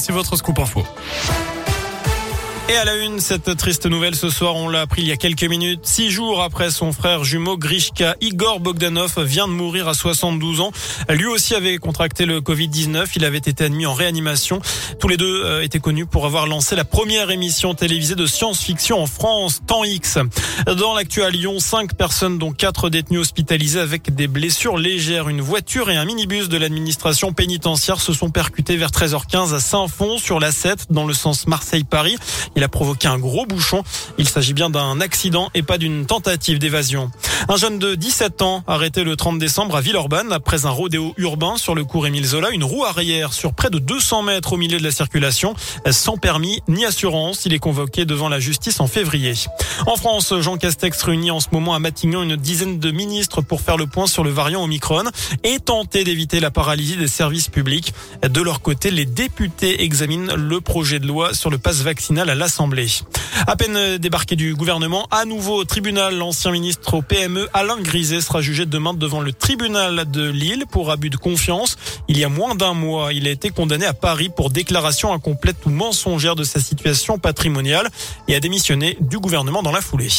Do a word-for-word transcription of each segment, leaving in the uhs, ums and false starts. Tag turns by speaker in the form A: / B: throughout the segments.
A: voici votre scoop info.
B: Et à la une, cette triste nouvelle ce soir, on l'a appris il y a quelques minutes. Six jours après son frère jumeau Grishka, Igor Bogdanov vient de mourir à soixante-douze ans. Lui aussi avait contracté le covid dix-neuf. Il avait été admis en réanimation. Tous les deux euh, étaient connus pour avoir lancé la première émission télévisée de science-fiction en France, Temps X. Dans l'actu à Lyon, cinq personnes dont quatre détenus hospitalisés avec des blessures légères. Une voiture et un minibus de l'administration pénitentiaire se sont percutés vers treize heures quinze à Saint-Fond sur l'A sept dans le sens Marseille-Paris. Il a provoqué un gros bouchon. Il s'agit bien d'un accident et pas d'une tentative d'évasion. Un jeune de dix-sept ans arrêté le trente décembre à Villeurbanne après un rodéo urbain sur le cours Émile Zola. Une roue arrière sur près de deux cents mètres au milieu de la circulation, sans permis ni assurance. Il est convoqué devant la justice en février. En France, Jean Castex réunit en ce moment à Matignon une dizaine de ministres pour faire le point sur le variant Omicron et tenter d'éviter la paralysie des services publics. De leur côté, les députés examinent le projet de loi sur le pass vaccinal à l'Assemblée. À peine débarqué du gouvernement, à nouveau au tribunal, l'ancien ministre au P M E Alain Griset sera jugé demain devant le tribunal de Lille pour abus de confiance. Il y a moins d'un mois, il a été condamné à Paris pour déclaration incomplète ou mensongère de sa situation patrimoniale et a démissionné du gouvernement dans la foulée.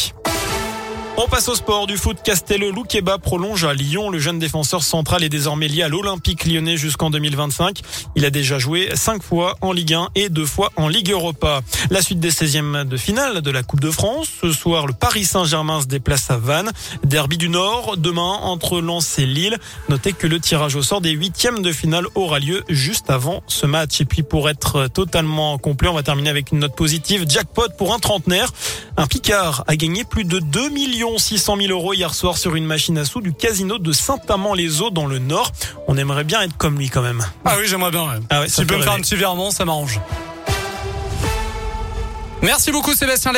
B: On passe au sport du foot. Castello Loukeba prolonge à Lyon. Le jeune défenseur central est désormais lié à l'Olympique lyonnais jusqu'en deux mille vingt-cinq. Il a déjà joué cinq fois en Ligue un et deux fois en Ligue Europa. La suite des seizièmes de finale de la Coupe de France. Ce soir, le Paris Saint-Germain se déplace à Vannes. Derby du Nord, demain, entre Lens et Lille. Notez que le tirage au sort des huitièmes de finale aura lieu juste avant ce match. Et puis, pour être totalement complet, on va terminer avec une note positive. Jackpot pour un trentenaire. Un Picard a gagné plus de deux millions six cent mille euros hier soir sur une machine à sous du casino de Saint-Amand-les-Eaux dans le Nord. On aimerait bien être comme lui quand même.
A: Ah oui, j'aimerais bien. Ouais.
B: Ah ouais,
A: si tu peux me faire un petit virement, ça m'arrange. Merci beaucoup Sébastien.